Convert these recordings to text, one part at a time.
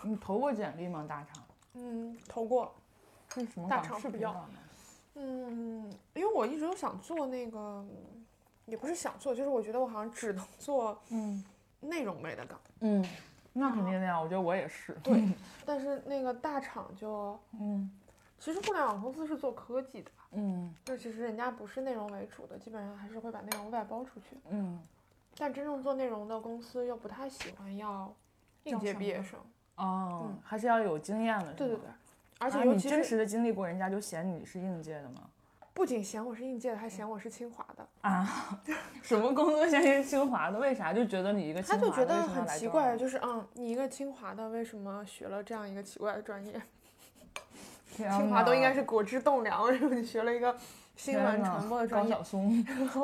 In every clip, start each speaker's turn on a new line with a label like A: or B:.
A: 你投过简历吗？大厂？
B: 投过。
A: 是什么
B: 大厂
A: 是
B: 比较因为我一直都想做那个，也不是想做，就是我觉得我好像只能做内容类的岗。
A: 那肯定的呀，我觉得我也是。
B: 对，但是那个大厂就其实互联网公司是做科技的，就其实人家不是内容为主的，基本上还是会把内容外包出去。但真正做内容的公司又不太喜欢要应届毕业生。
A: 还是要有经验的。
B: 对对对，而且
A: 你真实的经历过，人家就嫌你是应届的吗？
B: 不仅嫌我是应届的，还嫌我是清华的
A: 啊！什么工作嫌你是清华的？为啥？就觉得你一个清华的，
B: 他就觉得很奇怪，就是你一个清华的，为什么学了这样一个奇怪的专业？清华都应该是果汁栋梁，为什么你学了一个新闻传播的专业？
A: 高晓松。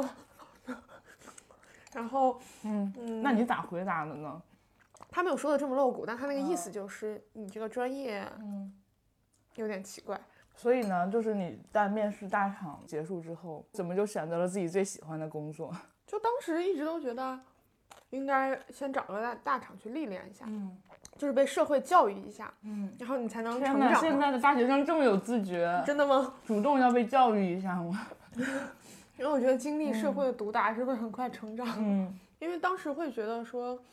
B: 然后
A: 那你咋回答的呢？
B: 他没有说的这么露骨，但他那个意思就是你这个专业有点奇怪。
A: 所以呢，就是你在面试大厂结束之后，怎么就选择了自己最喜欢的工作？
B: 就当时一直都觉得应该先找个大厂去历练一下，就是被社会教育一下，然后你才能成长。
A: 现在的大学生这么有自觉，
B: 真的吗？
A: 主动要被教育一下吗？
B: 因为我觉得经历社会的毒打是会很快成长。因为当时会觉得说，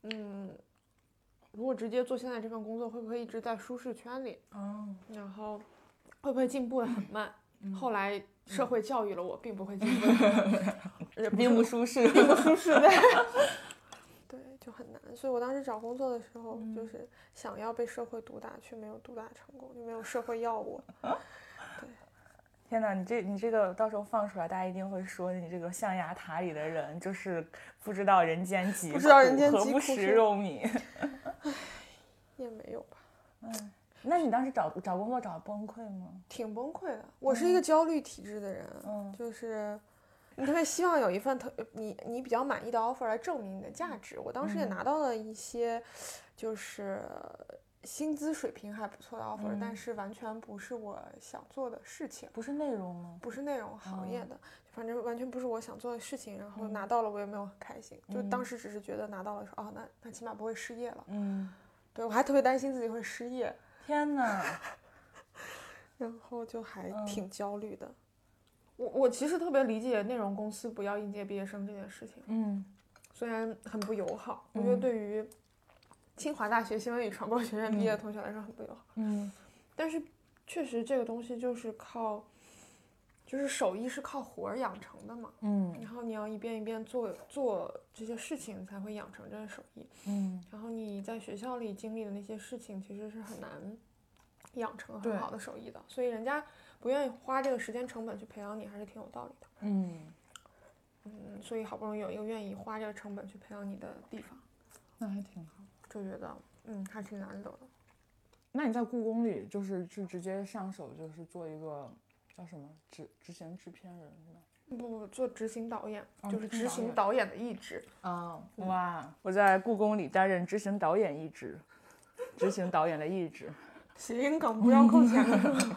B: 如果直接做现在这份工作，会不会一直在舒适圈里？然后会不会进步的很慢？后来社会教育了我，并不会进步的很慢，
A: 并不舒适，
B: 并不舒适，对，就很难。所以我当时找工作的时候，就是想要被社会毒打，却没有毒打成功，就没有社会要我。对，
A: 天哪，你这个到时候放出来，大家一定会说你这个象牙塔里的人就是不知道人间疾苦，何不食肉糜。
B: 也没有吧。
A: 那你当时找工作找崩溃吗？
B: 挺崩溃的。我是一个焦虑体质的人，就是你特别希望有一份你比较满意的 offer 来证明你的价值。我当时也拿到了一些，就是薪资水平还不错的 offer，但是完全不是我想做的事情。
A: 不是内容吗？
B: 不是内容行业的，反正完全不是我想做的事情。然后拿到了，我也没有很开心，就当时只是觉得拿到了说，那起码不会失业了。对，我还特别担心自己会失业。
A: 天哪！
B: 然后就还挺焦虑的。我其实特别理解内容公司不要应届毕业生这件事情。虽然很不友好，我觉得对于清华大学新闻与传播学院毕业的同学来说很不友好。但是确实这个东西就是就是手艺是靠活儿养成的嘛。然后你要一遍一遍做这些事情，才会养成这个手艺。然后你在学校里经历的那些事情，其实是很难养成很好的手艺的。所以人家不愿意花这个时间成本去培养你，还是挺有道理的。所以好不容易有一个愿意花这个成本去培养你的地方，
A: 那还挺好，
B: 就觉得还挺难得的。
A: 那你在故宫里就是直接上手，就是做一个叫什么执行制片人是吧？
B: 不做执行导演，就是执行导演的一职。
A: 哇！我在故宫里担任执行导演一职，执行导演的一职。
B: 谐音梗不要扣钱了。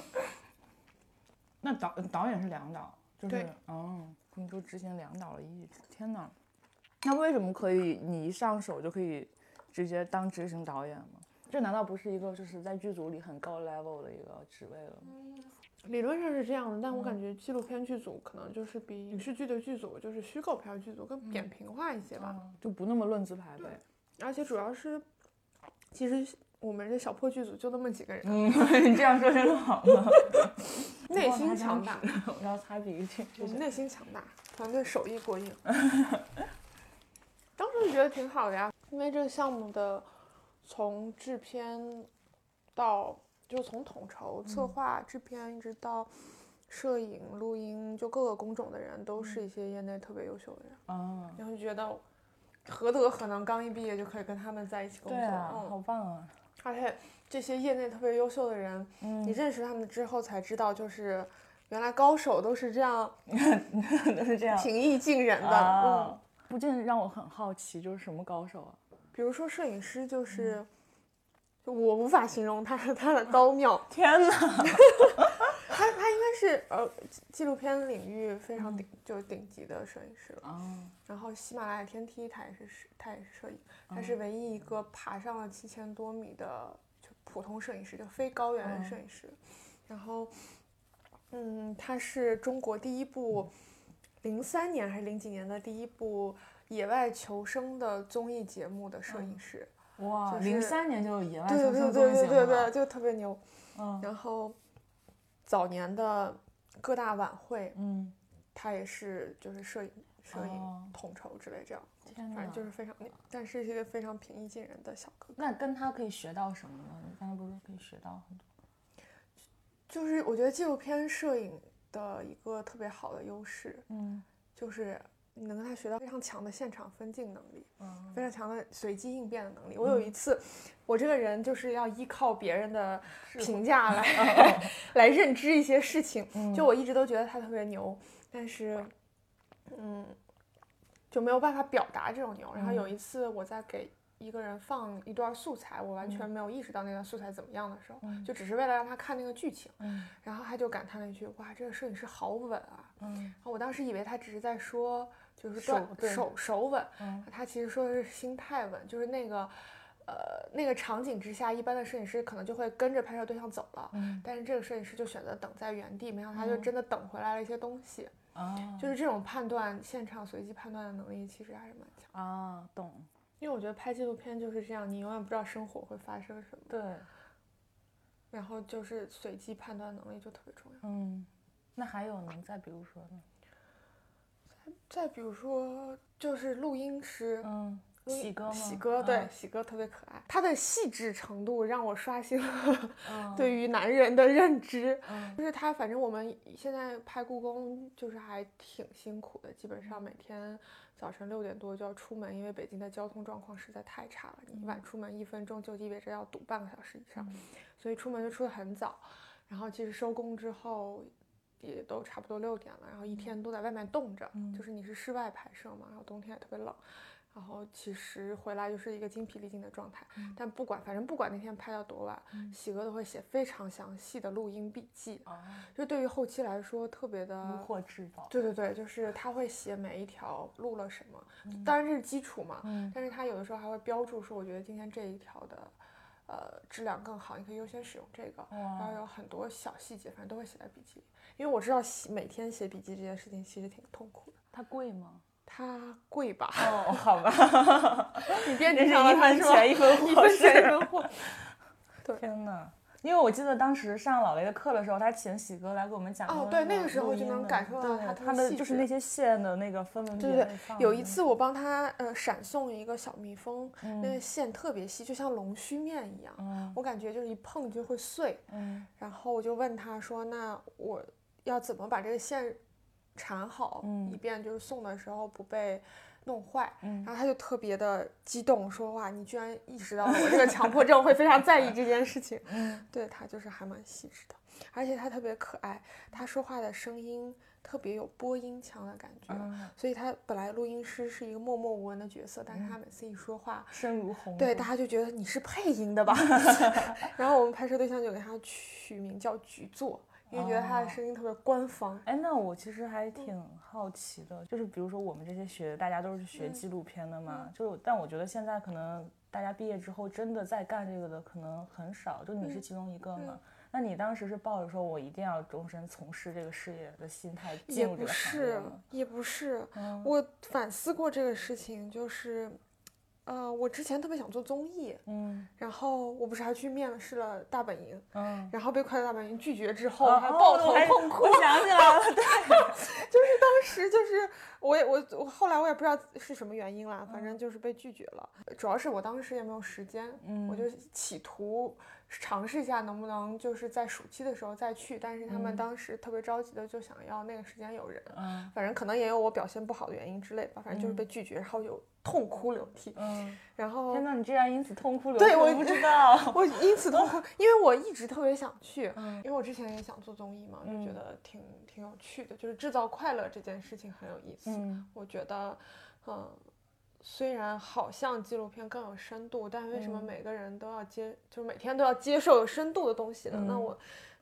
A: 那导演是两导，就是你说执行两导的一职，天哪！那为什么可以你一上手就可以直接当执行导演吗？这难道不是一个就是在剧组里很高 level 的一个职位了吗？
B: 理论上是这样的，但我感觉纪录片剧组可能就是比影视剧的剧组，就是虚构片剧组更扁平化一些吧，
A: 就不那么论资排辈。
B: 而且主要是，其实我们这小破剧组就那么几个人。
A: 你这样说真好了。
B: 内心强大。
A: 我要擦鼻涕。
B: 内心强大，团队手艺过硬。当时就觉得挺好的呀，因为这个项目的从制片到就从统筹、策划、制片一直到摄影、录音，就各个工种的人都是一些业内特别优秀的人。然后就觉得何德何能，刚一毕业就可以跟他们在一起工作。
A: 对啊，好棒啊！
B: 而且这些业内特别优秀的人，你认识他们之后才知道，就是原来高手都是这样，
A: 都是这样
B: 平易近人的。
A: 不禁让我很好奇，就是什么高手啊？
B: 比如说摄影师，就是就我无法形容他的高妙。
A: 天哪！
B: 他应该是纪录片领域非常就是顶级的摄影师了。然后喜马拉雅天梯他也是摄影，他是唯一一个爬上了7000多米的就普通摄影师，就非高原摄影师。然后他是中国第一部03年还是0几年的第一部野外求生的综艺节目的摄影师。
A: 哇
B: ，03
A: 年就有野外求生综艺节目了，
B: 对，就特别牛。然后早年的各大晚会，他也是就是摄影统筹之类这样，反正就是非常牛，但是一个非常平易近人的小哥哥。
A: 那跟他可以学到什么呢？你刚才不是可以学到很多？
B: 就是我觉得纪录片摄影的一个特别好的优势，就是你能跟他学到非常强的现场分镜能力，非常强的随机应变的能力。我有一次，我这个人就是要依靠别人的评价来认知一些事情，就我一直都觉得他特别牛，但是就没有办法表达这种牛。然后有一次我在给一个人放一段素材，我完全没有意识到那段素材怎么样的时候，就只是为了让他看那个剧情，然后他就感叹了一句：“哇，这个摄影师好稳啊！”然后我当时以为他只是在说就是手稳，他其实说的是心态稳，就是那个场景之下，一般的摄影师可能就会跟着拍摄对象走了，但是这个摄影师就选择等在原地，没想到他就真的等回来了一些东西。就是这种判断，现场随机判断的能力其实还是蛮强
A: 懂。
B: 因为我觉得拍纪录片就是这样，你永远不知道生活会发生什么。
A: 对。
B: 然后就是随机判断能力就特别重要。
A: 那还有呢？再比如说呢？
B: 再比如说就是录音师，
A: 喜哥吗？
B: 喜哥，对，喜哥特别可爱，他的细致程度让我刷新了对于男人的认知。就是他，反正我们现在拍故宫就是还挺辛苦的，基本上每天早晨6点多就要出门，因为北京的交通状况实在太差了，你晚出门1分钟就意味着要堵半个小时以上，所以出门就出得很早，然后其实收工之后也都差不多6点了，然后一天都在外面冻着，就是你是室外拍摄嘛，然后冬天也特别冷，然后其实回来就是一个精疲力尽的状态。但反正不管那天拍到多晚，喜哥都会写非常详细的录音笔记，就对于后期来说特别的
A: 如获至宝。
B: 对，就是他会写每一条录了什么，当然这是基础嘛，但是他有的时候还会标注说，我觉得今天这一条的质量更好，你可以优先使用这个，然后有很多小细节，反正都会写在笔记里。因为我知道每天写笔记这件事情其实挺痛苦的。
A: 它贵吗？
B: 它贵吧？
A: 好吧。
B: 你变
A: 成了1分钱1分货，
B: 1分钱1分货。
A: 对，天哪！因为我记得当时上老雷的课的时候，他请喜哥来给我们讲。
B: 对，那个时候就能感受到
A: 他的就是那些线的那个分文别类。
B: 对，有一次我帮他闪送一个小蜜蜂，那个线特别细，就像龙须面一样，我感觉就是一碰就会碎。然后我就问他说：“那我要怎么把这个线缠好，以便就是送的时候不被弄坏。”然后他就特别的激动，说：“哇，你居然意识到了我这个强迫症会非常在意这件事情。”对，他就是还蛮细致的，而且他特别可爱，他说话的声音特别有播音腔的感觉，所以他本来录音师是一个默默无闻的角色，但是他每次一说话
A: 声如洪钟，
B: 对，大家就觉得你是配音的吧。然后我们拍摄对象就给他取名叫局座，因为觉得他的声音特别官方。
A: 那我其实还挺好奇的，就是比如说我们这些大家都是学纪录片的嘛，但我觉得现在可能大家毕业之后真的在干这个的可能很少，就你是其中一个嘛。那你当时是抱着说我一定要终身从事这个事业的心态进入这个行业吗？
B: 也不是，我反思过这个事情，就是我之前特别想做综艺，然后我不是还去面试了大本营，然后被快乐大本营拒绝之后，还抱头痛哭。
A: 我想起来了，对，
B: 就是当时就是我后来我也不知道是什么原因啦，反正就是被拒绝了。主要是我当时也没有时间，我就企图尝试一下能不能就是在暑期的时候再去，但是他们当时特别着急的就想要那个时间有人，反正可能也有我表现不好的原因之类吧，反正就是被拒绝，然后就痛哭流涕。然后
A: 天哪，你居然因此痛哭流涕？
B: 对，
A: 我不知道，
B: 我因此痛哭，因为我一直特别想去，因为我之前也想做综艺嘛，就觉得挺有趣的，就是制造快乐这件事情很有意思。我觉得虽然好像纪录片更有深度，但为什么每个人都要就是每天都要接受有深度的东西呢？那我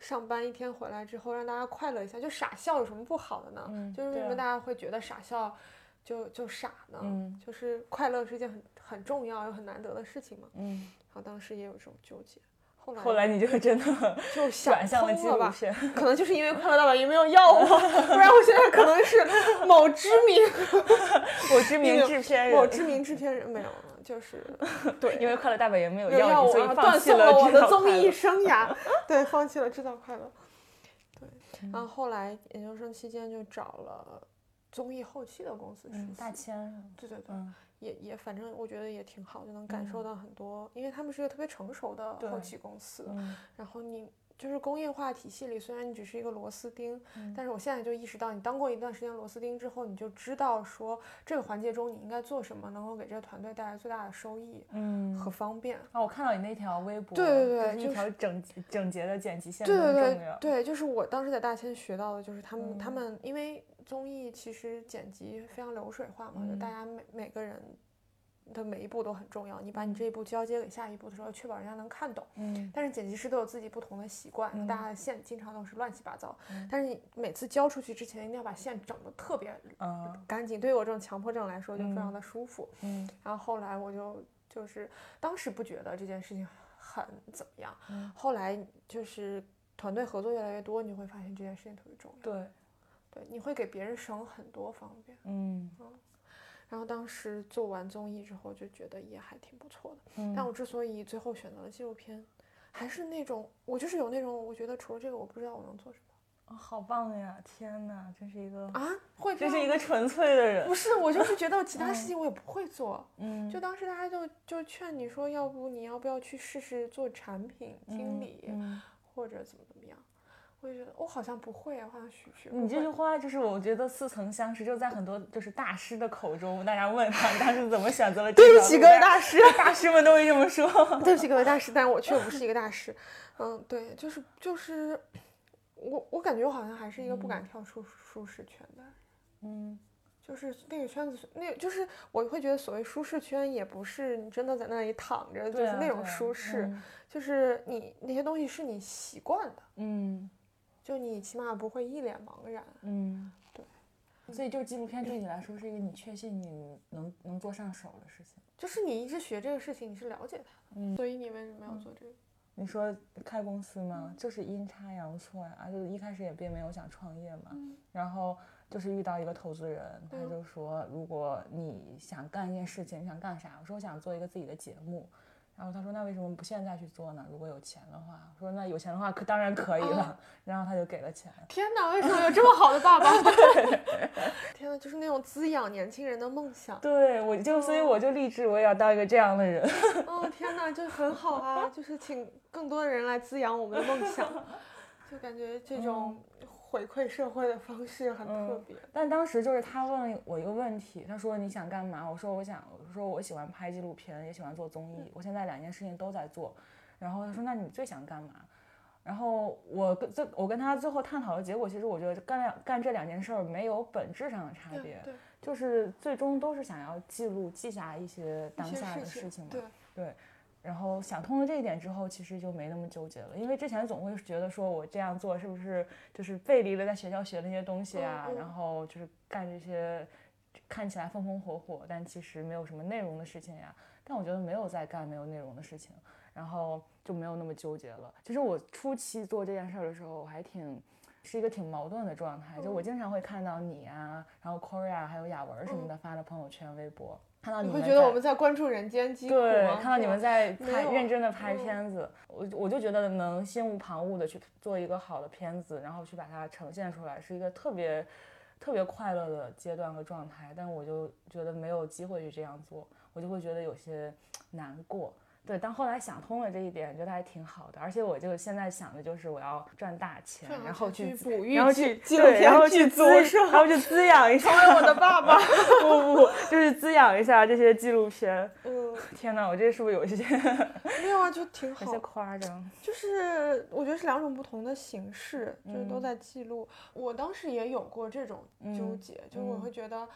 B: 上班一天回来之后让大家快乐一下，就傻笑有什么不好的呢？就是为什么大家会觉得傻笑就傻呢？就是快乐是一件很重要又很难得的事情嘛。然后当时也有这种纠结。
A: 后来你就真的
B: 就
A: 转向了纪录片，
B: 可能就是因为快乐大本营没有要我，不然我现在可能是某知名制片人没有了，就是对，
A: 因为快乐大本营没有要你，所以
B: 断送了我的综艺生涯，对，放弃了制造快乐。对，然后后来研究生期间就找了综艺后期的公司实习，
A: 大千，
B: 对。也反正我觉得也挺好，就能感受到很多，因为他们是一个特别成熟的后期公司，然后你就是工业化体系里，虽然你只是一个螺丝钉，但是我现在就意识到，你当过一段时间螺丝钉之后，你就知道说这个环节中你应该做什么，能够给这个团队带来最大的收益，和方便。
A: 我看到你那条微博，
B: 对，
A: 一条整洁的剪辑线
B: 更
A: 重要。
B: 对，就是我当时在大千学到的，就是他们因为综艺其实剪辑非常流水化嘛，就大家每个人的每一步都很重要，你把你这一步交接给下一步的时候，确保人家能看懂。但是剪辑师都有自己不同的习惯，大家的线经常都是乱七八糟。但是你每次交出去之前，一定要把线整得特别干净。对于我这种强迫症来说，就非常的舒服。然后后来我就是当时不觉得这件事情很怎么样，后来就是团队合作越来越多，你会发现这件事情特别重要。对，你会给别人省很多方便。然后当时做完综艺之后就觉得也还挺不错的。但我之所以最后选择了纪录片，还是那种我就是有那种我觉得除了这个我不知道我能做什么。
A: 好棒呀！天哪，真是一个
B: 这
A: 是一个纯粹的人。
B: 不是，我就是觉得其他事情我也不会做。就当时大家就劝你说，要不要去试试做产品经理，或者怎么样。我就觉得我好像不会，我好像学不会。
A: 你这句话就是我觉得似曾相识，就在很多就是大师的口中，大家问他当时怎么选择了这条路。
B: 对不起各位大师，
A: 大师们都会这么说。
B: 对不起各位大师，但我却不是一个大师。对，就是我感觉我好像还是一个不敢跳出舒适圈的人。就是那个圈子，就是我会觉得所谓舒适圈也不是你真的在那里躺着，就是那种舒适，就是你那些东西是你习惯的。就你起码不会一脸茫然。对。
A: 所以就纪录片对你来说是一个你确信你能做上手的事情。
B: 就是你一直学这个事情，你是了解它的。所以你为什么要做这个？
A: 你说开公司吗？就是阴差阳错呀，就是一开始也并没有想创业嘛。然后就是遇到一个投资人，他就说，如果你想干一件事情，你想干啥？我说我想做一个自己的节目。然后他说那为什么不现在去做呢？如果有钱的话。我说那有钱的话当然可以了。然后他就给了钱。
B: 天哪，为什么有这么好的爸爸？天哪，就是那种滋养年轻人的梦想。
A: 对，所以我就立志我也要当一个这样的人。
B: 天哪，就很好啊，就是请更多的人来滋养我们的梦想。就感觉这种回馈社会的方式很特别。
A: 但当时就是他问我一个问题，他说你想干嘛？我说我喜欢拍纪录片，也喜欢做综艺，我现在2件事情都在做。然后他说那你最想干嘛？然后我跟他最后探讨的结果，其实我觉得干这2件事没有本质上的差别，就是最终都是想要记下一些当下的事情嘛。对。然后想通了这一点之后，其实就没那么纠结了，因为之前总会觉得说我这样做是不是就是背离了在学校学的那些东西啊，然后就是干这些看起来风风火火但其实没有什么内容的事情呀。但我觉得没有在干没有内容的事情，然后就没有那么纠结了。其实我初期做这件事的时候，我还是一个挺矛盾的状态，就我经常会看到你啊，然后 Korea 还有雅文什么的发的朋友圈、微博。看到你
B: 会觉得我们在关注人间疾苦吗？
A: 对，看到你们在认真的拍片子，我就觉得能心无旁骛的去做一个好的片子，然后去把它呈现出来，是一个特别快乐的阶段和状态。但我就觉得没有机会去这样做，我就会觉得有些难过。对，但后来想通了这一点，觉得还挺好的。而且我就现在想的就是我要赚大钱，然后去
B: 哺育，
A: 然后去
B: 对，
A: 然后去滋养一下。
B: 成为我的爸爸。
A: 不，就是滋养一下这些纪录片。天哪，我这是不是有一些
B: 没有啊，就挺好，
A: 有些夸张。
B: 就是我觉得是2种不同的形式，就是都在记录。我当时也有过这种纠结，就是我会觉得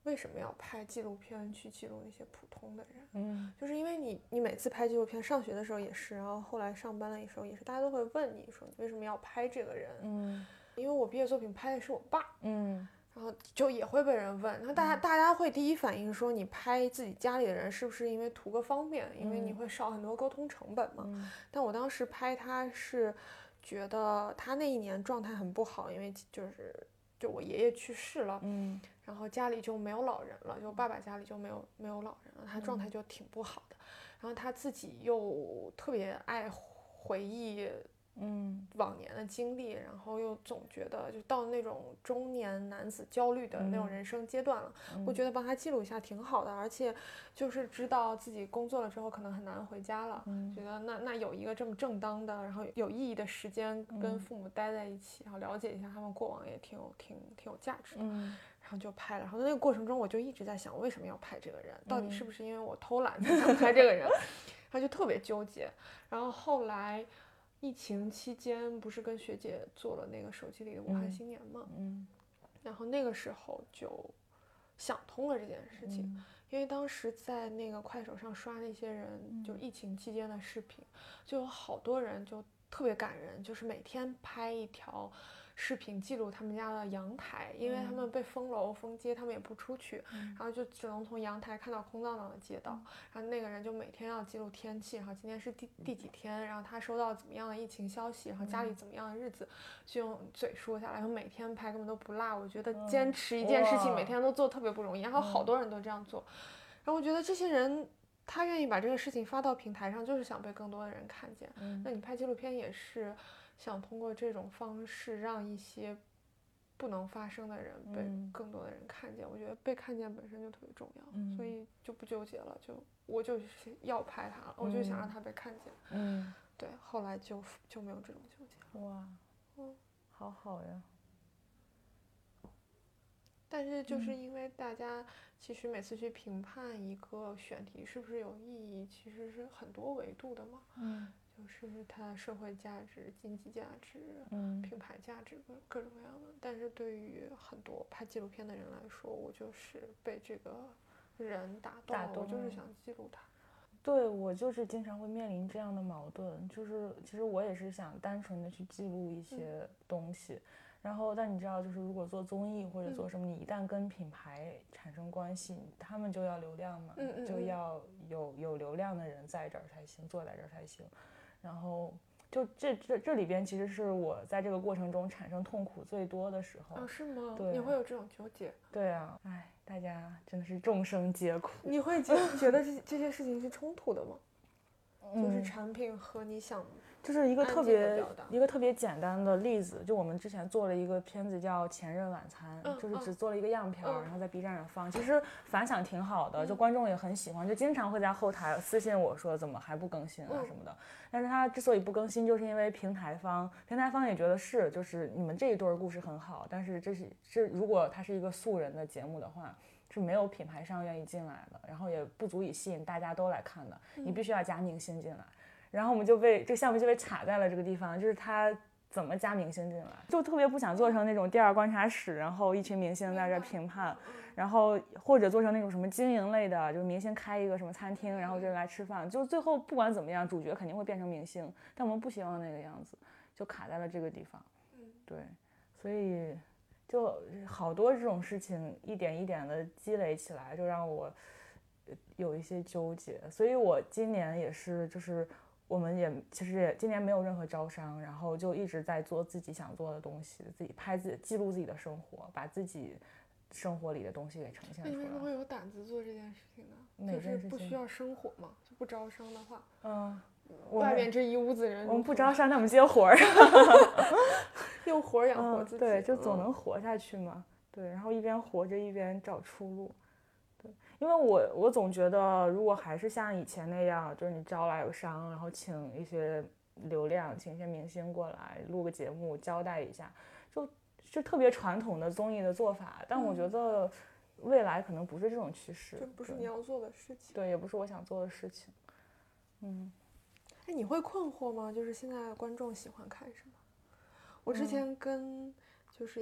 B: 为什么要拍纪录片去记录那些普通的人？就是因为你每次拍纪录片，上学的时候也是，然后后来上班的时候也是，大家都会问你说你为什么要拍这个人？因为我毕业作品拍的是我爸，然后就也会被人问，那大家会第一反应说你拍自己家里的人是不是因为图个方便，因为你会少很多沟通成本嘛？但我当时拍他是觉得他那一年状态很不好，因为就我爷爷去世了，然后家里就没有老人了，就爸爸家里就没有老人了，他状态就挺不好的，然后他自己又特别爱回忆往年的经历，然后又总觉得就到那种中年男子焦虑的那种人生阶段了，我觉得帮他记录一下挺好的，而且就是知道自己工作了之后可能很难回家了，觉得那有一个这么正当的，然后有意义的时间跟父母待在一起，然后了解一下他们过往也挺有价值的，然后就拍了，然后在那个过程中我就一直在想，我为什么要拍这个人？到底是不是因为我偷懒才想拍这个人？然后就特别纠结，然后后来。疫情期间不是跟学姐做了那个手机里的武汉新年嘛，然后那个时候就想通了这件事情，因为当时在那个快手上刷那些人就疫情期间的视频，就有好多人就特别感人，就是每天拍一条视频记录他们家的阳台，因为他们被封楼封街，他们也不出去，然后就只能从阳台看到空荡荡的街道，然后那个人就每天要记录天气，然后今天是第几天，然后他收到怎么样的疫情消息，然后家里怎么样的日子，就用嘴说下来，然后每天拍根本都不落。我觉得坚持一件事情每天都做特别不容易，然后好多人都这样做，然后我觉得这些人他愿意把这个事情发到平台上，就是想被更多的人看见。那你拍纪录片也是想通过这种方式让一些不能发声的人被更多的人看见，我觉得被看见本身就特别重要，所以就不纠结了，我就是要拍他了，我就想让他被看见。对，后来就没有这种纠结了。
A: 哇，好好呀。
B: 但是就是因为大家其实每次去评判一个选题是不是有意义，其实是很多维度的嘛。就是它社会价值、经济价值、品牌价值各种各样的。但是对于很多拍纪录片的人来说，我就是被这个人打动了，我就是想记录他。
A: 对，我就是经常会面临这样的矛盾，就是其实我也是想单纯的去记录一些东西，然后但你知道，就是如果做综艺或者做什么，你一旦跟品牌产生关系，他们就要流量嘛，就要有流量的人在这儿才行，坐在这儿才行，然后就这里边其实是我在这个过程中产生痛苦最多的时候。
B: 哦，是吗？
A: 对，
B: 你会有这种纠结？
A: 对啊，哎，大家真的是众生皆苦。
B: 你会觉得这些事情是冲突的吗？就是产品和你想。
A: 就是一个特别简单的例子，就我们之前做了一个片子叫《前任晚餐》，就是只做了一个样片，然后在 B 站上放，其实反响挺好的，就观众也很喜欢，就经常会在后台私信我说怎么还不更新啊什么的。但是他之所以不更新，就是因为平台方也觉得就是你们这一对故事很好，但是如果它是一个素人的节目的话，是没有品牌商愿意进来的，然后也不足以吸引大家都来看的，你必须要加明星进来。然后我们这个项目就被卡在了这个地方，就是他怎么加明星进来，就特别不想做成那种第二观察室，然后一群明星在这评判，然后或者做成那种什么经营类的，就是明星开一个什么餐厅，然后就来吃饭，就最后不管怎么样，主角肯定会变成明星，但我们不希望那个样子，就卡在了这个地方。对，所以就好多这种事情一点一点的积累起来，就让我有一些纠结。所以我今年也是，就是我们其实也今年没有任何招商，然后就一直在做自己想做的东西，自己拍记录自己的生活，把自己生活里的东西给呈现出来。
B: 你为什么会有胆子做这件事情呢？就是不需要生活嘛，就不招商的话。外面这一屋子人，
A: 我们不招商，但我们接活儿，
B: 用活养活自己。
A: 对，就总能活下去嘛。对，然后一边活着一边找出路。对，因为我总觉得，如果还是像以前那样，就是你招来有商，然后请一些流量，请一些明星过来录个节目，交代一下，就特别传统的综艺的做法。但我觉得未来可能不是这种趋势，
B: 这不是你要做的事情。
A: 对，也不是我想做的事情。
B: 哎，你会困惑吗？就是现在观众喜欢看什么？我之前跟就是也是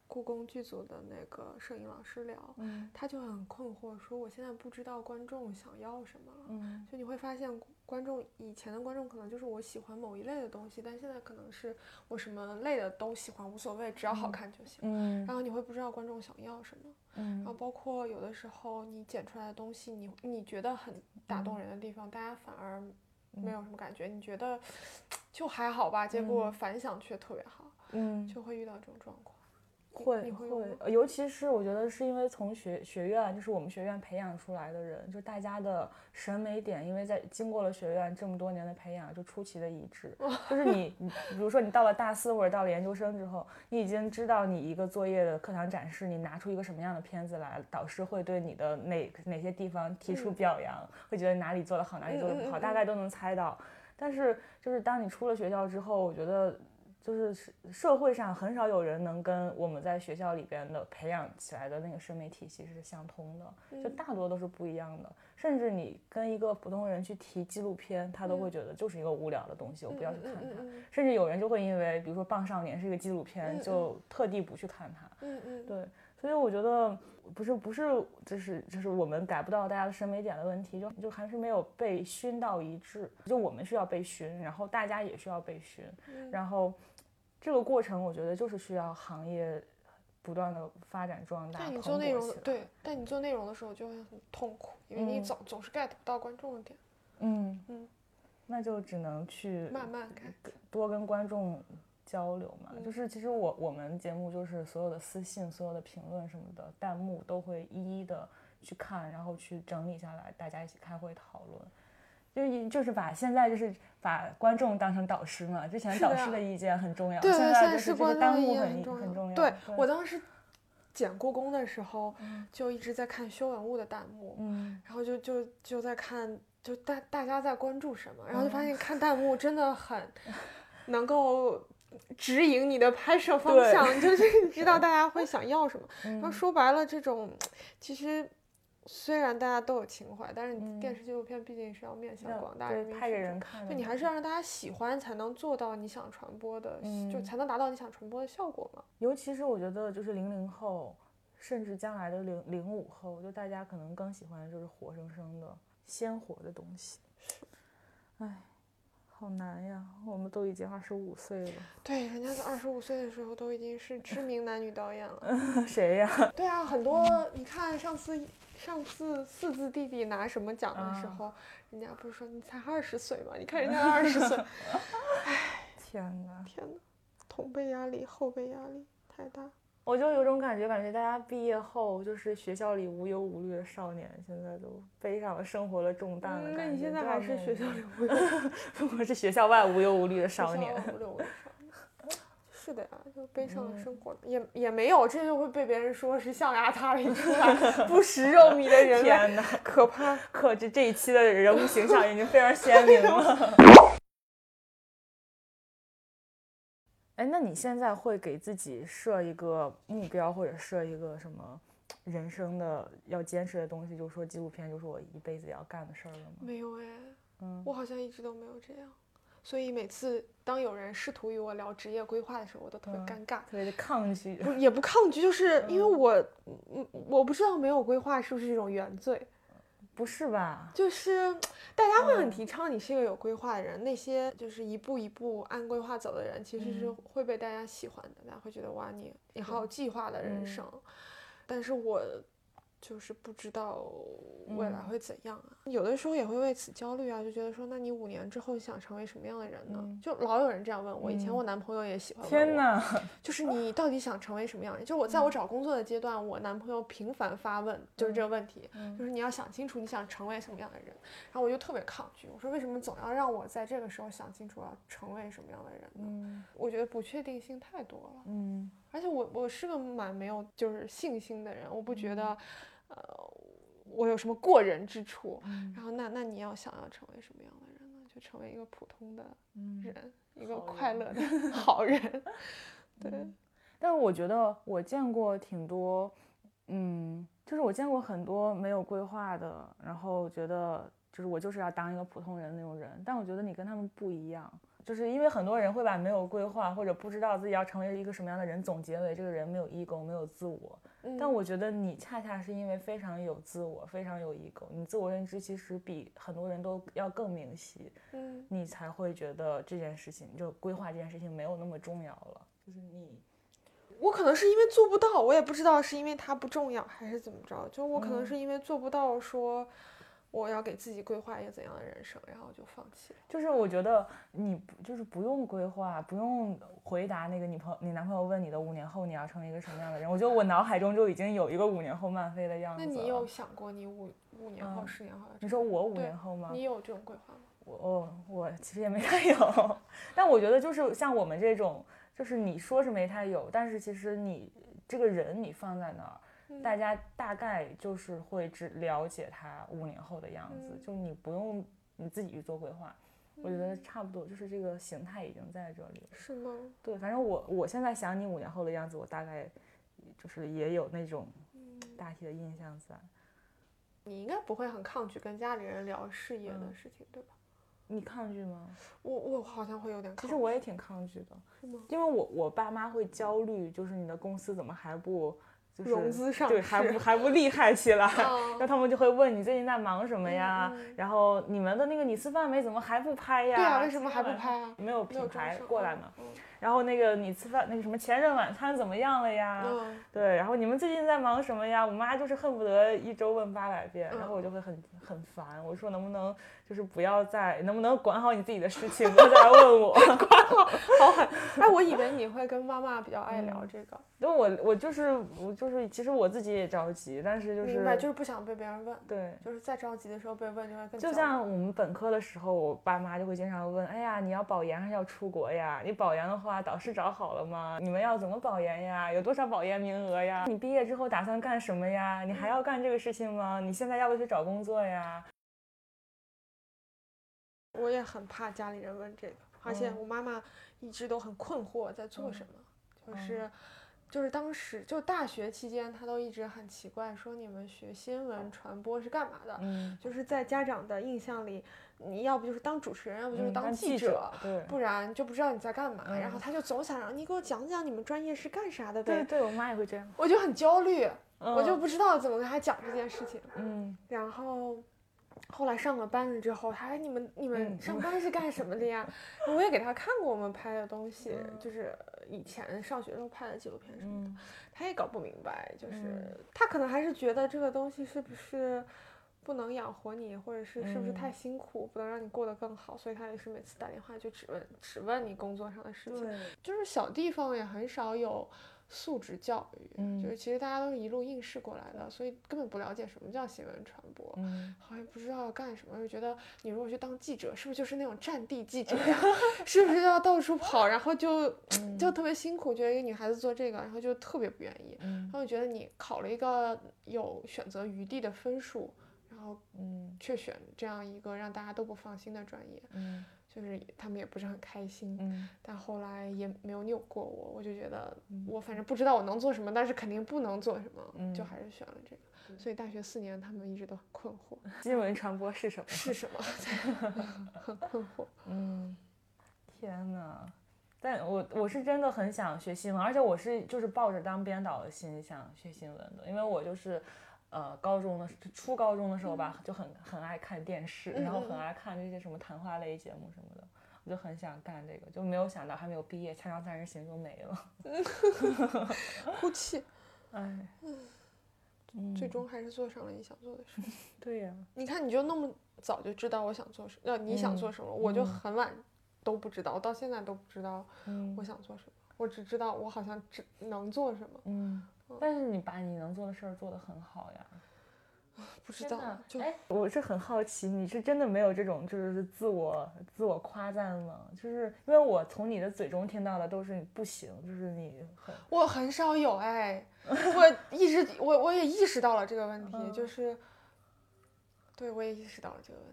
B: 故宫剧组的那个摄影老师聊，他就很困惑，说我现在不知道观众想要什么了。就你会发现以前的观众可能就是我喜欢某一类的东西，但现在可能是我什么类的都喜欢，无所谓，只要好看就行。然后你会不知道观众想要什么。然后包括有的时候你剪出来的东西，你觉得很打动人的地方，大家反而没有什么感觉，你觉得就还好吧，结果反响却特别好，就会遇到这种状况。
A: 会，尤其是我觉得是因为从学院，就是我们学院培养出来的人，就大家的审美点，因为经过了学院这么多年的培养，就出奇的一致。就是你比如说你到了大4或者到了研究生之后，你已经知道你一个作业的课堂展示，你拿出一个什么样的片子来，导师会对你的哪些地方提出表扬，会觉得哪里做得好，哪里做得不好，大概都能猜到。但是就是当你出了学校之后，我觉得就是社会上很少有人能跟我们在学校里边的培养起来的那个审美体系是相通的，就大多都是不一样的。甚至你跟一个普通人去提纪录片，他都会觉得就是一个无聊的东西，我不要去看它。甚至有人就会因为比如说《棒少年》是一个纪录片，就特地不去看它。对，所以我觉得不是就是我们改不到大家的审美点的问题，就还是没有被熏到一致。就我们需要被熏，然后大家也需要被熏，然后这个过程我觉得就是需要行业不断的发展壮大。
B: 但你做内容但你做内容的时候就会很痛苦，因为你总是 get 不到观众的点。
A: 那就只能去
B: 慢慢看，
A: 多跟观众交流嘛。就是其实我们节目就是所有的私信、所有的评论什么的弹幕都会一一的去看，然后去整理下来，大家一起开会讨论。就是现在就是把观众当成导师嘛，之前导师的意见很重要，
B: 对，
A: 现在
B: 是
A: 弹幕很重要。
B: 对，我当时剪故宫的时候，就一直在看修文物的弹幕，然后就在看，就大家在关注什么，然后就发现看弹幕真的很能够指引你的拍摄方向，就是知道大家会想要什么。然后说白了，这种其实。虽然大家都有情怀，但是你电视纪录片毕竟是要面向广大人民，
A: 拍给人看的，
B: 对，你还是要让大家喜欢，才能做到你想传播的，就才能达到你想传播的效果嘛。
A: 尤其是我觉得，就是00后，甚至将来的05后，就大家可能更喜欢的就是活生生的、鲜活的东西。哎，好难呀！我们都已经25岁了。
B: 对，人家在25岁的时候都已经是知名男女导演了。
A: 谁呀？
B: 对啊，很多你看上次四字弟弟拿什么奖的时候，人家不是说你才20岁吗？你看人家20岁，哎，
A: 天哪，
B: 同辈压力、后辈压力太大。
A: 我就有种感觉大家毕业后就是学校里无忧无虑的少年，现在都背上了生活的重担了。
B: 那你现在还是学校里无忧？
A: 我是学校外无忧无虑的少年。
B: 是的呀，就背上了生活，也没有，这就会被别人说是象牙塔里出来不食肉糜的人类。
A: 天哪，
B: 可怕！
A: 这一期的人物形象已经非常鲜明了。哎，那你现在会给自己设一个目标，或者设一个什么人生的要坚持的东西？就是说纪录片就是我一辈子要干的事儿了吗？
B: 没有哎，我好像一直都没有这样。所以每次当有人试图与我聊职业规划的时候，我都特别尴尬，
A: 特别的抗拒。
B: 也不抗拒，就是因为我不知道没有规划是不是一种原罪。
A: 不是吧？
B: 就是大家会很提倡你是一个有规划的人，那些就是一步一步按规划走的人，其实是会被大家喜欢的，大家会觉得哇，你好有计划的人生。但是我就是不知道未来会怎样啊，有的时候也会为此焦虑啊，就觉得说，那你5年之后想成为什么样的人呢？就老有人这样问我，以前我男朋友也喜欢问我，
A: 天哪，
B: 就是你到底想成为什么样的人？就我在我找工作的阶段，我男朋友频繁发问，就是这个问题，就是你要想清楚你想成为什么样的人。然后我就特别抗拒，我说为什么总要让我在这个时候想清楚要成为什么样的人呢？我觉得不确定性太多了，而且我是个蛮没有就是信心的人，我不觉得我有什么过人之处。然后那你要想要成为什么样的人呢？就成为一个普通的人，一个快乐的好人。对。
A: 但我觉得我见过挺多， 就是我见过很多没有规划的，然后觉得就是我就是要当一个普通人那种人，但我觉得你跟他们不一样，就是因为很多人会把没有规划或者不知道自己要成为一个什么样的人总结为这个人没有 ego 没有自我，但我觉得你恰恰是因为非常有自我非常有 ego， 你自我认知其实比很多人都要更明晰，你才会觉得这件事情就规划这件事情没有那么重要了，就是
B: 我可能是因为做不到，我也不知道是因为它不重要还是怎么着，就我可能是因为做不到说我要给自己规划一个怎样的人生，然后就放弃了。
A: 就是我觉得你就是不用规划，不用回答那个你男朋友问你的5年后你要成为一个什么样的人，我觉得我脑海中就已经有一个5年后曼飞的样子了。
B: 那你有想过你五年后、10年后？
A: 你说我5年后吗？
B: 你有这种规划吗？
A: 我其实也没太有，但我觉得就是像我们这种，就是你说是没太有，但是其实你这个人你放在那儿，大家大概就是会只了解他5年后的样子，就你不用你自己去做规划，我觉得差不多，就是这个形态已经在这里。
B: 是吗？
A: 对，反正我现在想你5年后的样子，我大概就是也有那种大体的印象在。
B: 你应该不会很抗拒跟家里人聊事业的事情，对吧？
A: 你抗拒吗？
B: 我好像会有点抗拒。
A: 其实我也挺抗拒的，
B: 是吗？
A: 因为我爸妈会焦虑，就是你的公司怎么还不就是
B: 融资上市，
A: 对，还不厉害起来，然后他们就会问你最近在忙什么呀？然后你们的那个你吃饭没怎么还不拍呀？
B: 对啊，为什么还不拍啊？
A: 没有品牌过来嘛。然后那个你吃饭那个什么前任晚餐怎么样了呀？对，然后你们最近在忙什么呀？我妈就是恨不得1周问800遍，然后我就会很烦，我说能不能就是能不能管好你自己的事情，不要再来问我。
B: 管好，好狠！哎，我以为你会跟妈妈比较爱聊这个。
A: 因为我就是其实我自己也着急，但是就是
B: 明白，就是不想被别人问。
A: 对，
B: 就是在着急的时候被问就会更。
A: 就像我们本科的时候，我爸妈就会经常问，哎呀，你要保研还是要出国呀？你保研的话，导师找好了吗？你们要怎么保研呀？有多少保研名额呀？你毕业之后打算干什么呀？你还要干这个事情吗？你现在要不要去找工作呀？
B: 我也很怕家里人问这个，而且我妈妈一直都很困惑在做什么，就是当时就大学期间，她都一直很奇怪，说你们学新闻传播是干嘛的？就是在家长的印象里，你要不就是当主持人，要不就是当记者，不然就不知道你在干嘛。然后她就总想让你给我讲讲你们专业是干啥的呗。
A: 对，我妈也会这样。
B: 我就很焦虑，我就不知道怎么跟她讲这件事情。然后后来上了班了之后，他说你们上班是干什么的呀？我也给他看过我们拍的东西，就是以前上学时候拍的纪录片什么的，他也搞不明白，就是他可能还是觉得这个东西是不是不能养活你，或者是不是太辛苦，不能让你过得更好，所以他也是每次打电话就只问你工作上的事情。就是小地方也很少有素质教育，就是其实大家都是一路应试过来的，所以根本不了解什么叫新闻传播，好像不知道要干什么，就觉得你如果去当记者，是不是就是那种战地记者呀？是不是要到处跑，然后就特别辛苦，觉得一个女孩子做这个，然后就特别不愿意，然后觉得你考了一个有选择余地的分数，然后却选这样一个让大家都不放心的专业，就是他们也不是很开心，但后来也没有扭过我，我就觉得我反正不知道我能做什么，但是肯定不能做什么，就还是选了这个。所以大学4年他们一直都很困惑，
A: 新闻传播是什么？
B: 是什么？很困惑。
A: 天哪！但我是真的很想学新闻，而且我是就是抱着当编导的心想学新闻的，因为我就是初高中的时候吧，就很爱看电视，然后很爱看这些什么谈话类节目什么的，我就很想干这个，就没有想到还没有毕业，恰上3人行就没了。
B: 哭泣。
A: 哎。
B: 最终还是做上了你想做的事。
A: 对呀，
B: 你看你就那么早就知道我想做什么，你想做什么，我就很晚都不知道，我到现在都不知道我想做什么，我只知道我好像只能做什么。
A: 但是你把你能做的事儿做得很好呀。
B: 不知道，
A: 我是很好奇，你是真的没有这种就是自我夸赞吗？就是因为我从你的嘴中听到的都是你不行，就是
B: 我很少有我也意识到了这个问题，就是，对，我也意识到了这个问题，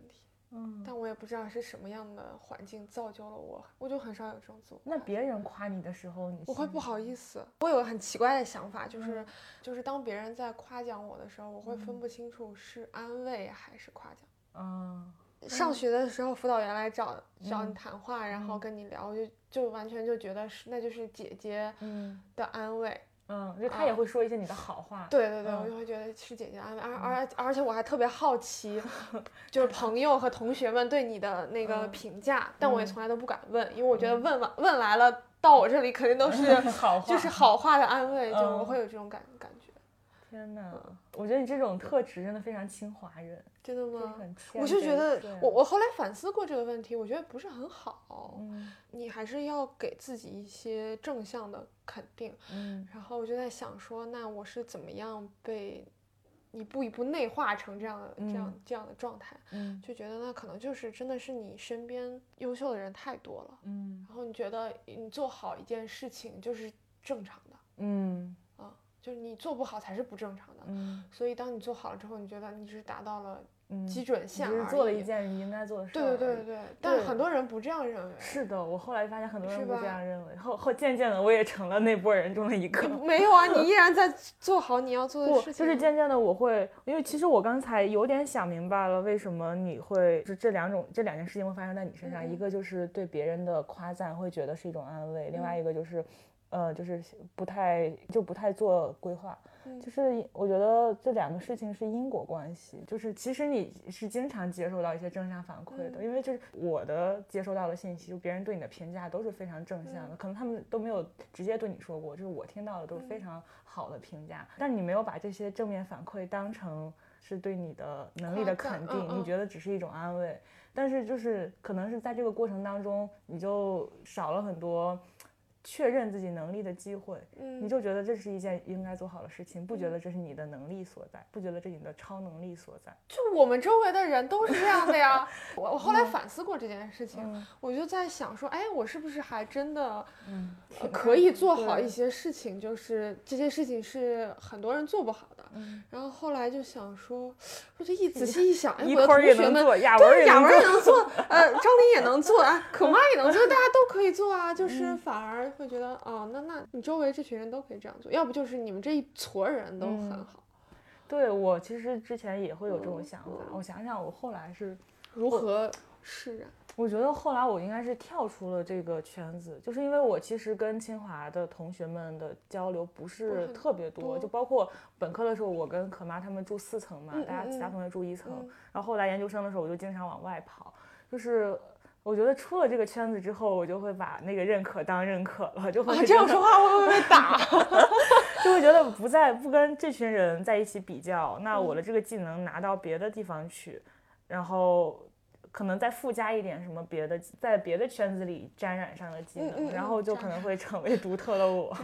B: 但我也不知道是什么样的环境造就了我就很少有这种自我。
A: 那别人夸你的时候，
B: 我会不好意思。我有个很奇怪的想法，就是当别人在夸奖我的时候，我会分不清楚是安慰还是夸奖。上学的时候，辅导员来找你谈话，然后跟你聊，就完全就觉得那就是姐姐的安慰。
A: 就他也会说一些你的好话。
B: 对，我就会觉得是姐姐安慰，而且我还特别好奇，就是朋友和同学们对你的那个评价，但我也从来都不敢问，因为我觉得问来了，到我这里肯定都是
A: 好话，
B: 就是好话的安慰，就我会有这种感觉。
A: 天哪，我觉得你这种特质真的非常清华人。
B: 真的吗？
A: 我
B: 就觉得我后来反思过这个问题，我觉得不是很好。你还是要给自己一些正向的肯定。然后我就在想说，那我是怎么样被一步一步内化成这样的状态？就觉得那可能就是真的是你身边优秀的人太多了。然后你觉得你做好一件事情就是正常的。就是你做不好才是不正常的。所以当你做好了之后，你觉得你是达到了基准线而已，
A: 就是做了一件你应该做的事儿。
B: 对，但很多人不这样认为。
A: 是的，我后来发现很多人不这样认为，后渐渐的我也成了那波人中的一个。
B: 没有啊，你依然在做好你要做的事情。
A: 就是渐渐的我会，因为其实我刚才有点想明白了，为什么你会就这两件事情会发生在你身上。一个就是对别人的夸赞会觉得是一种安慰，另外一个就是就是不太做规划。就是我觉得这两个事情是因果关系，就是其实你是经常接受到一些正向反馈的。因为就是我的接收到的信息，就别人对你的评价都是非常正向的。可能他们都没有直接对你说过，就是我听到的都是非常好的评价。但你没有把这些正面反馈当成是对你的能力的肯定，你觉得只是一种安慰。但是就是可能是在这个过程当中，你就少了很多确认自己能力的机会。你就觉得这是一件应该做好的事情，不觉得这是你的能力所在，不觉得这是你的超能力所在。
B: 就我们周围的人都是这样的呀。我后来反思过这件事情，我就在想说，我是不是还真的可以做好一些事情，就是这些事情是很多人做不好的。然后后来就想说，我就仔细一想，我的同学们，对，雅文也能做，张琳也能做啊，可妈也能做，大家都可以做啊。就是反而会觉得，那你周围这群人都可以这样做，要不就是你们这一撮人都很好。
A: 对，我其实之前也会有这种想法。我想想我后来是
B: 如何释然。
A: 我觉得后来我应该是跳出了这个圈子，就是因为我其实跟清华的同学们的交流不是特别多，就包括本科的时候，我跟可妈他们住4层嘛，大家其他同学住1层，然后后来研究生的时候，我就经常往外跑。就是我觉得出了这个圈子之后，我就会把那个认可当认可了，就会
B: 这样说话会不会被打？
A: 就会觉得不跟这群人在一起比较，那我的这个技能拿到别的地方去，然后可能再附加一点什么别的，在别的圈子里沾染上的技能，然后就可能会成为独特的我。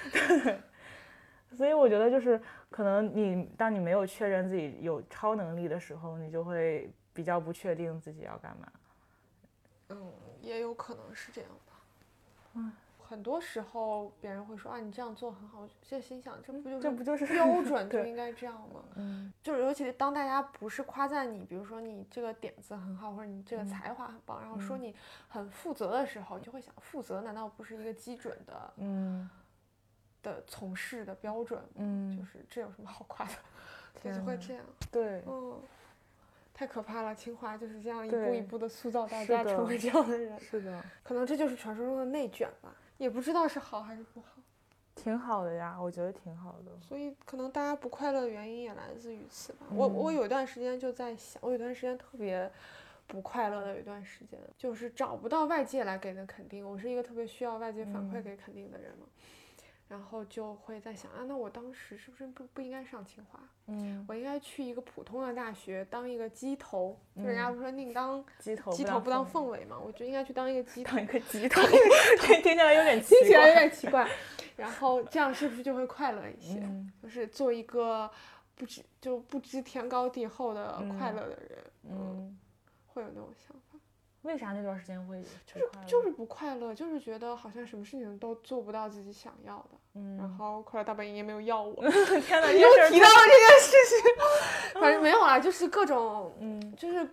A: 所以我觉得就是可能当你没有确认自己有超能力的时候，你就会比较不确定自己要干嘛。
B: 也有可能是这样吧。很多时候别人会说你这样做很好，我就心想这不就是标准就应该这样吗？就是尤其当大家不是夸赞你，比如说你这个点子很好，或者你这个才华很棒，然后说你很负责的时候，你就会想，负责难道不是一个基准的从事的标准吗？就是这有什么好夸的？就会这样。
A: 对。
B: 太可怕了！清华就是这样一步一步的塑造大家成为这样的人。
A: 是的，
B: 可能这就是传说中的内卷吧，也不知道是好还是不好。
A: 挺好的呀，我觉得挺好的。
B: 所以可能大家不快乐的原因也来自于此吧。我有一段时间就在想，我有一段时间特别不快乐的，有一段时间就是找不到外界来给的肯定。我是一个特别需要外界反馈给肯定的人嘛。然后就会在想那我当时是不是不应该上清华？我应该去一个普通的大学当一个鸡头，就人家不说宁当鸡头不当凤尾嘛，我就应该去当一个鸡头。
A: 当一个鸡头，听起来有点奇怪。
B: 听起来有点奇怪。然后这样是不是就会快乐一些？就是做一个不知天高地厚的快乐的人。会有那种想法。
A: 为啥那段时间会
B: 就是不快乐，就是觉得好像什么事情都做不到自己想要的。然后快乐大本营也没有要我。
A: 天哪，
B: 又提到了这件事情。反正没有啦，就是各种就是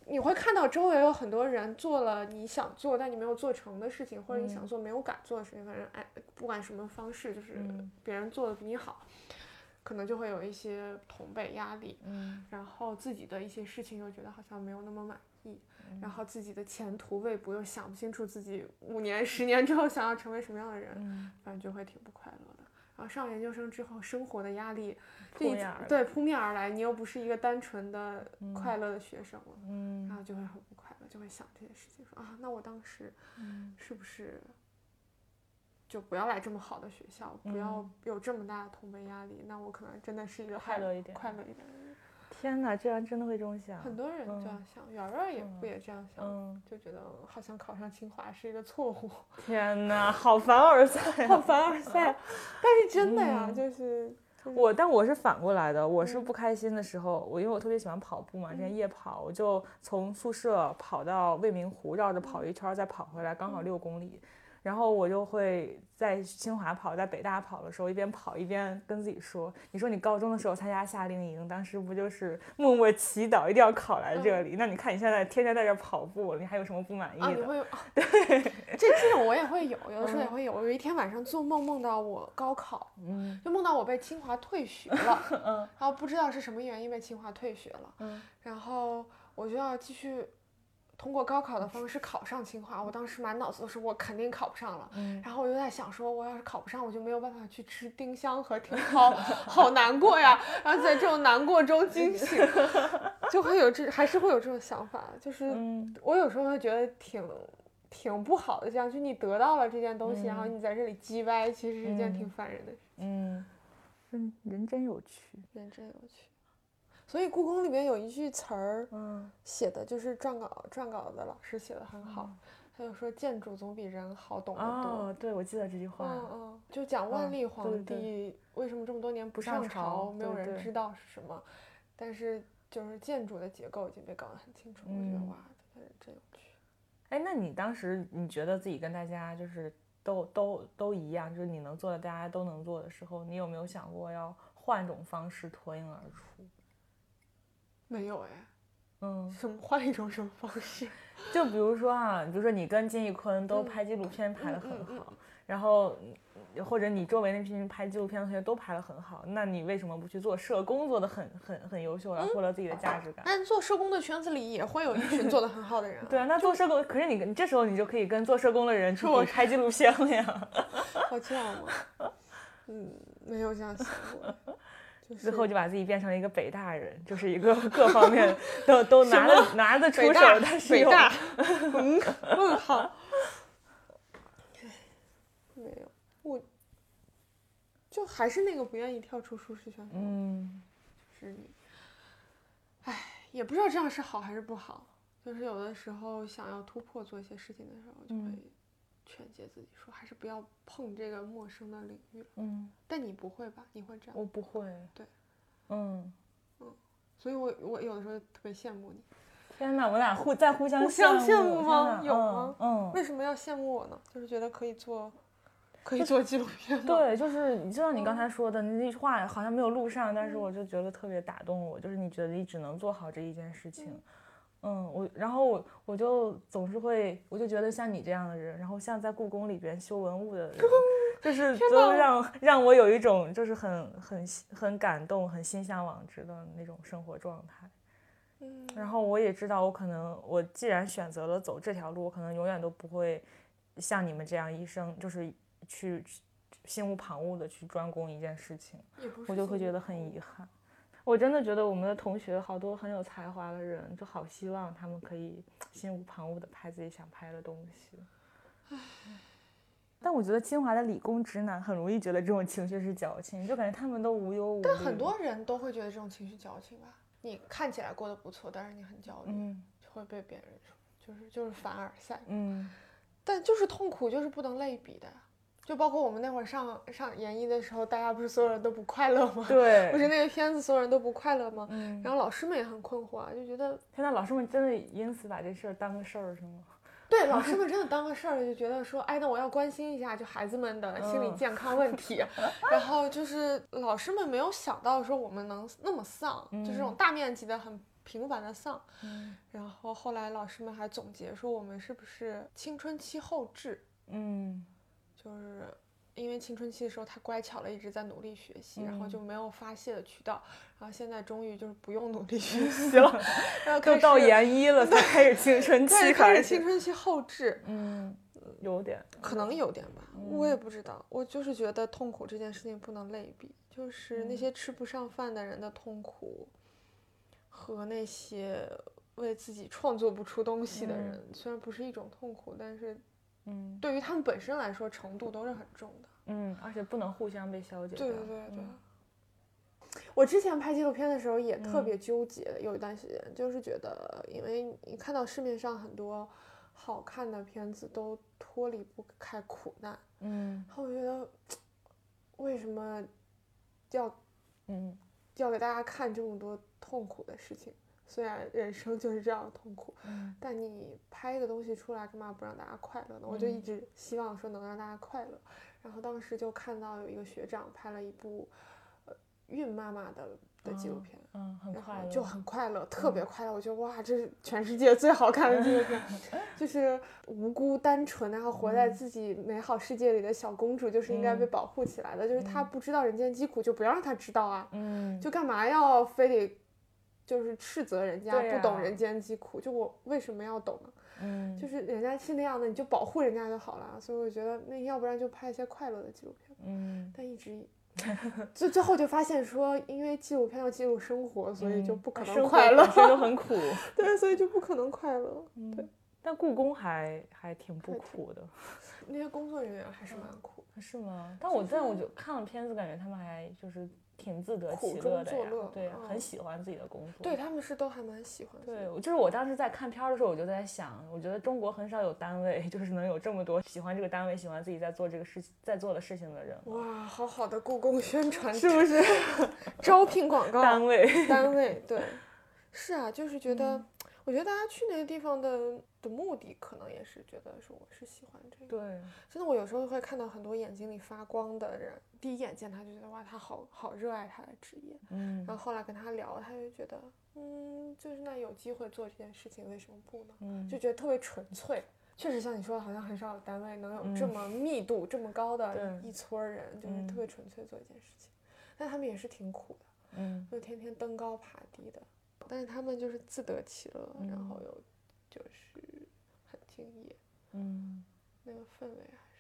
B: 你会看到周围有很多人做了你想做但你没有做成的事情，或者你想做没有敢做的事情，反正不管什么方式，就是别人做的比你好，可能就会有一些同辈压力，然后自己的一些事情又觉得好像没有那么满意，然后自己的前途未卜又想不清楚自己5年10年之后想要成为什么样的人，反正就会挺不快乐的。然后上研究生之后，生活的压力扑面而来，你又不是一个单纯的快乐的学生了，然后就会很不快乐，就会想这些事情，说啊，那我当时是不是就不要来这么好的学校，不要有这么大的同辈压力，那我可能真的是一个
A: 快乐一点
B: 的人。
A: 天哪，这样真的会这么想？
B: 很多人这样想，圆圆也这样想，就觉得好像考上清华是一个错误。
A: 天哪，好凡尔赛，
B: 好凡尔赛。但是真的呀，
A: 但我是反过来的，我是不开心的时候，因为我特别喜欢跑步嘛，之前夜跑，我就从宿舍跑到未名湖，绕着跑一圈，再跑回来，刚好6公里。然后我就会在清华跑，在北大跑的时候，一边跑一边跟自己说：“你说你高中的时候参加夏令营，当时不就是默默祈祷一定要考来这里？那你看你现在天天在这跑步，你还有什么不满意的？”
B: 你会有对，这种我也会有的时候也会有。有一天晚上做梦，梦到我高考，就梦到我被清华退学了，然后不知道是什么原因被清华退学了，然后我就要继续通过高考的方式考上清华，我当时满脑子都是我肯定考不上了，然后我就在想说，我要是考不上，我就没有办法去吃丁香和茼蒿，好难过呀！然后在这种难过中惊醒，就会有还是会有这种想法，就是我有时候会觉得挺不好的，这样就你得到了这件东西，然后你在这里叽歪，其实是一件挺烦人的事情。
A: 人真有趣，
B: 人真有趣。所以故宫里面有一句词儿，写的就是撰稿的老师写的很好，他就说建筑总比人好懂得多。
A: 哦，对，我记得这句话。
B: 就讲万历皇帝为什么这么多年不上朝，没有人知道是什么，但是就是建筑的结构已经被搞得很清楚。我觉得哇，真有趣。
A: 哎，那你当时你觉得自己跟大家就是都一样，就是你能做的大家都能做的时候，你有没有想过要换种方式脱颖而出？
B: 没有哎，换一种什么方式？
A: 就比如说你跟金逸坤都拍纪录片拍得很好，然后或者你周围那批拍纪录片的同学都拍得很好，那你为什么不去做社工，做得很优秀，然后获得自己的价值感？
B: 但做社工的圈子里也会有一群做得很好的人。
A: 对啊，那做社工，可是你这时候你就可以跟做社工的人去拍纪录片了呀。
B: 好这样吗？没有这样想过。
A: 最后就把自己变成了一个北大人，就是一个各方面都拿得出手，但是
B: 北大，问号。没有，我就还是那个不愿意跳出舒适圈。就是你，也不知道这样是好还是不好。就是有的时候想要突破做一些事情的时候，就会劝诫自己说，还是不要碰这个陌生的领域了。但你不会吧？你会这样？
A: 我不会。
B: 对。所以我有的时候特别羡慕你。
A: 天哪，我俩互相
B: 羡慕吗？有吗？为什么要羡慕我呢？就是觉得可以做纪录片吗？
A: 对，就是就像你刚才说的，你那句话好像没有录上，但是我就觉得特别打动我，就是你觉得你只能做好这一件事情。然后我就总是会，我就觉得像你这样的人，然后像在故宫里边修文物的人，就是都让我有一种就是很感动、很心向往之的那种生活状态。然后我也知道，我既然选择了走这条路，我可能永远都不会像你们这样一生就是去心无旁骛的去专攻一件事情，我就会觉得很遗憾。我真的觉得我们的同学好多很有才华的人，就好希望他们可以心无旁骛的拍自己想拍的东西。但我觉得清华的理工直男很容易觉得这种情绪是矫情，就感觉他们都无忧无虑。
B: 但很多人都会觉得这种情绪矫情吧？你看起来过得不错，但是你很焦虑，会被别人说就是凡尔赛。但就是痛苦，就是不能类比的。就包括我们那会儿上研一的时候，大家不是所有人都不快乐吗？
A: 对，
B: 不是那个片子所有人都不快乐吗？然后老师们也很困惑啊，就觉得
A: 现在老师们真的因此把这事儿当个事儿是吗？
B: 对，老师们真的当个事儿，就觉得说，那我要关心一下就孩子们的心理健康问题。然后就是老师们没有想到说我们能那么丧，就是这种大面积的很平凡的丧。然后后来老师们还总结说，我们是不是青春期后置？就是因为青春期的时候太乖巧了，一直在努力学习，然后就没有发泄的渠道，然后现在终于就是不用努力学习了，然后
A: 都到研一了才开始青春期，
B: 开始青春期后置。
A: 有点，
B: 可能有点吧，我也不知道。我就是觉得痛苦这件事情不能类比，就是那些吃不上饭的人的痛苦，和那些为自己创作不出东西的人，虽然不是一种痛苦，但是，对于他们本身来说，程度都是很重的。
A: 而且不能互相被消解掉。
B: 对。我之前拍纪录片的时候也特别纠结，有一段时间就是觉得，因为你看到市面上很多好看的片子都脱离不开苦难，然后我觉得为什么要给大家看这么多痛苦的事情？虽然人生就是这样的痛苦，但你拍一个东西出来，干嘛不让大家快乐呢？我就一直希望说能让大家快乐。然后当时就看到有一个学长拍了一部孕妈妈的纪录片，
A: 很快乐，
B: 就很快乐，特别快乐。我觉得哇，这是全世界最好看的纪录片，就是无辜单纯，然后活在自己美好世界里的小公主，就是应该被保护起来的。就是她不知道人间疾苦，就不要让她知道啊。就干嘛要非得就是斥责人家不懂人间疾苦？就我为什么要懂呢？就是人家是那样的，你就保护人家就好了。所以我觉得那要不然就拍一些快乐的纪录片。但一直。最后就发现说，因为纪录片要记录生活，所以就不可能快乐，
A: 生活都很苦。
B: 对，所以就不可能快乐。对，
A: 但故宫还挺不苦的，
B: 那些工作人员还是蛮苦
A: 的。是吗？但我就看了片子，感觉他们还就是挺自得其乐的呀，对，很喜欢自己的工作。
B: 对，他们是都还蛮喜欢。
A: 对，就是我当时在看片的时候，我就在想，我觉得中国很少有单位就是能有这么多喜欢这个单位、喜欢自己在做这个事、在做的事情的人。
B: 哇，好好的故宫宣传
A: 是不是？
B: 招聘广告
A: 单位，
B: 对，是啊，就是觉得，我觉得大家去那个地方的目的，可能也是觉得说我是喜欢这个。
A: 对，
B: 真的，我有时候会看到很多眼睛里发光的人，第一眼见他就觉得哇，他好热爱他的职业。然后后来跟他聊，他就觉得，就是那有机会做这件事情，为什么不呢？就觉得特别纯粹。确实像你说的，好像很少有单位能有这么密度、这么高的一撮人，就是特别纯粹做一件事情。但他们也是挺苦的，就天天登高爬低的。但是他们就是自得其乐，然后又就是很敬业，那个氛围还